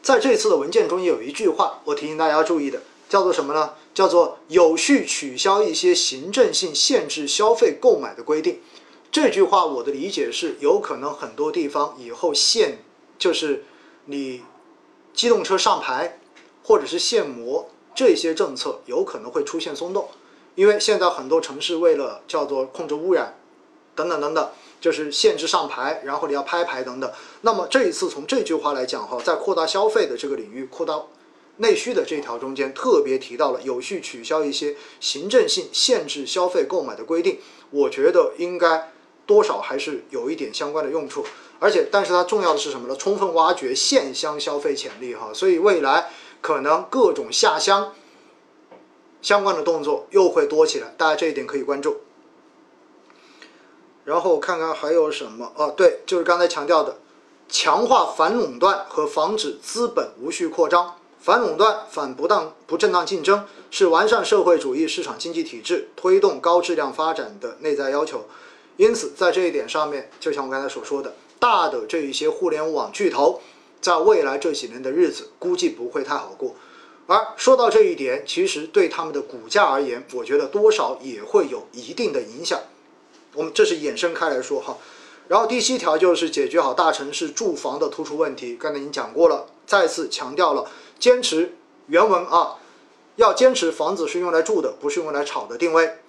在这次的文件中也有一句话，我提醒大家要注意的，叫做什么呢？叫做有序取消一些行政性限制消费购买的规定。这句话我的理解是，有可能很多地方以后就是你机动车上牌或者是限摩这些政策有可能会出现松动，因为现在很多城市为了叫做控制污染等等等等，就是限制上牌，然后你要拍牌等等。那么这一次从这句话来讲在扩大消费的这个领域，扩大内需的这条中间特别提到了有序取消一些行政性限制消费购买的规定，我觉得应该多少还是有一点相关的用处。但是它重要的是什么呢？充分挖掘县乡消费潜力所以未来可能各种下乡相关的动作又会多起来，大家这一点可以关注。然后看看还有什么对，就是刚才强调的，强化反垄断和防止资本无序扩张。反垄断、反不正当竞争是完善社会主义市场经济体制、推动高质量发展的内在要求。因此在这一点上面，就像我刚才所说的，大的这一些互联网巨头在未来这几年的日子估计不会太好过。而说到这一点，其实对他们的股价而言，我觉得多少也会有一定的影响。我们这是衍生开来说然后第7条就是解决好大城市住房的突出问题，刚才已经讲过了，再次强调了坚持原文要坚持房子是用来住的，不是用来炒的定位。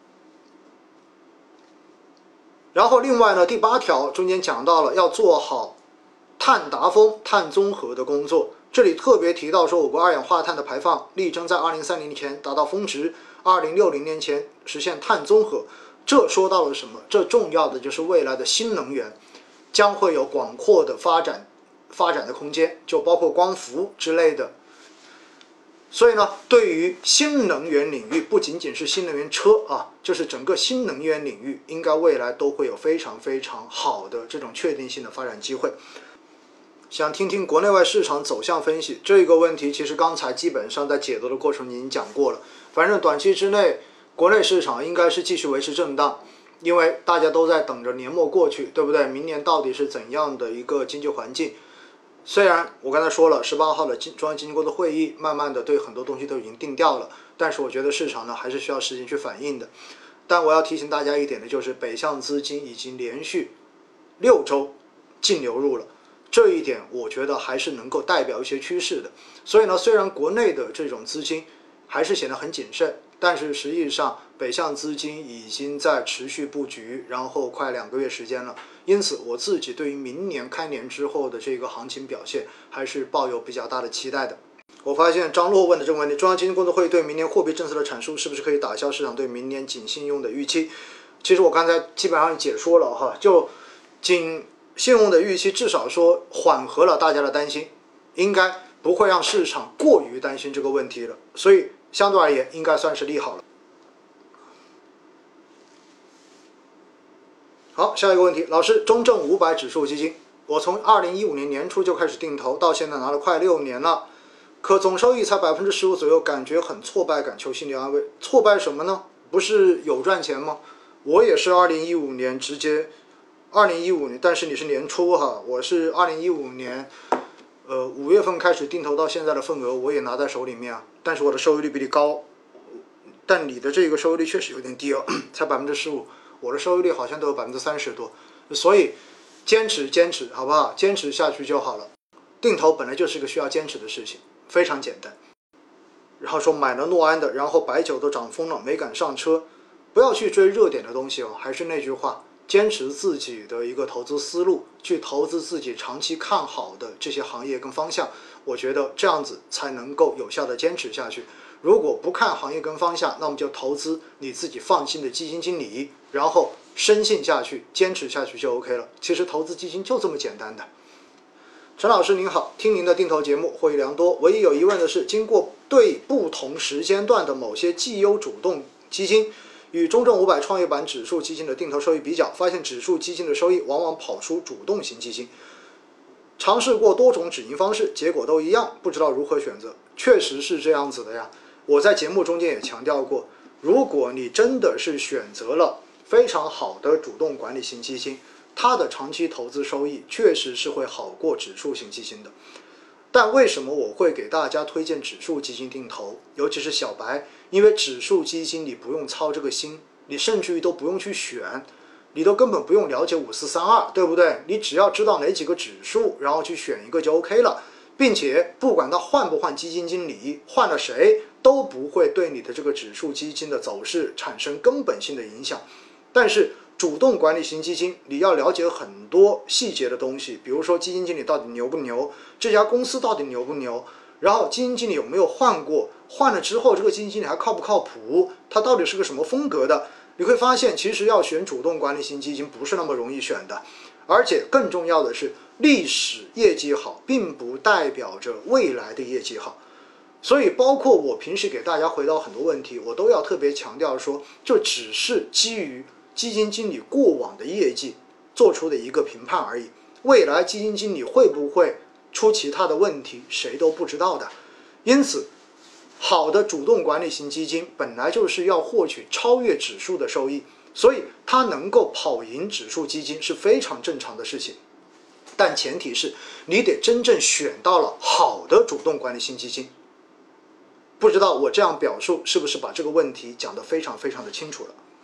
然后另外呢，第8条中间讲到了要做好碳达峰、碳综合的工作，这里特别提到说，我国二氧化碳的排放力争在2030年前达到峰值，2060年前实现碳综合。这说到了什么？这重要的就是未来的新能源将会有广阔的发展的空间，就包括光伏之类的。所以呢，对于新能源领域，不仅仅是新能源车就是整个新能源领域，应该未来都会有非常非常好的这种确定性的发展机会。想听听国内外市场走向分析这个问题，其实刚才基本上在解读的过程已经讲过了。反正短期之内，国内市场应该是继续维持震荡，因为大家都在等着年末过去，对不对？明年到底是怎样的一个经济环境？虽然我刚才说了，18号的中央经济工作会议慢慢的对很多东西都已经定调了，但是我觉得市场呢还是需要时间去反映的。但我要提醒大家一点的就是，北向资金已经连续6周净流入了，这一点我觉得还是能够代表一些趋势的。所以呢，虽然国内的这种资金还是显得很谨慎，但是实际上北向资金已经在持续布局，然后快2个月时间了。因此我自己对于明年开年之后的这个行情表现还是抱有比较大的期待的。我发现张洛问的这个问题，中央经济工作会议对明年货币政策的阐述是不是可以打消市场对明年紧信用的预期？其实我刚才基本上解说了就紧信用的预期至少说缓和了大家的担心，应该不会让市场过于担心这个问题了，所以相对而言应该算是利好了。好，下一个问题，老师，中证500指数基金，我从2015年年初就开始定投，到现在拿了快6年了，可总收益才15%左右，感觉很挫败感，求心理安慰。挫败什么呢？不是有赚钱吗？我也是2015年2015年，但是你是年初我是2015年5月份开始定投到现在的份额我也拿在手里面但是我的收益率比你高，但你的这个收益率确实有点低才15%，我的收益率好像都有30%多，所以坚持好不好？坚持下去就好了。定投本来就是个需要坚持的事情，非常简单。然后说买了诺安的，然后白酒都涨疯了，没敢上车。不要去追热点的东西还是那句话，坚持自己的一个投资思路，去投资自己长期看好的这些行业跟方向，我觉得这样子才能够有效的坚持下去。如果不看行业跟方向，那么就投资你自己放心的基金经理，然后深信下去，坚持下去就 OK 了。其实投资基金就这么简单的。陈老师您好，听您的定投节目获益良多，唯一有疑问的是，经过对不同时间段的某些绩优主动基金与中证500创业板指数基金的定投收益比较，发现指数基金的收益往往跑输主动型基金。尝试过多种止盈方式，结果都一样，不知道如何选择。确实是这样子的呀，我在节目中间也强调过，如果你真的是选择了非常好的主动管理型基金，它的长期投资收益确实是会好过指数型基金的。 但为什么我会给大家推荐指数基金定投，尤其是小白？因为指数基金你不用操这个心，你甚至于都不用去选，你都根本不用了解5432，对不对？你只要知道哪几个指数，然后去选一个就 OK 了，并且不管它换不换基金经理，换了谁都不会对你的这个指数基金的走势产生根本性的影响。但是主动管理型基金，你要了解很多细节的东西，比如说基金经理到底牛不牛，这家公司到底牛不牛，然后基金经理有没有换过，换了之后这个基金经理还靠不靠谱，他到底是个什么风格的。你会发现其实要选主动管理型基金不是那么容易选的，而且更重要的是历史业绩好并不代表着未来的业绩好。所以包括我平时给大家回答很多问题，我都要特别强调说，这只是基于基金经理过往的业绩做出的一个评判而已，未来基金经理会不会出其他的问题，谁都不知道的。因此好的主动管理型基金本来就是要获取超越指数的收益，所以它能够跑赢指数基金是非常正常的事情。但前提是你得真正选到了好的主动管理型基金。不知道我这样表述是不是把这个问题讲得非常非常的清楚了？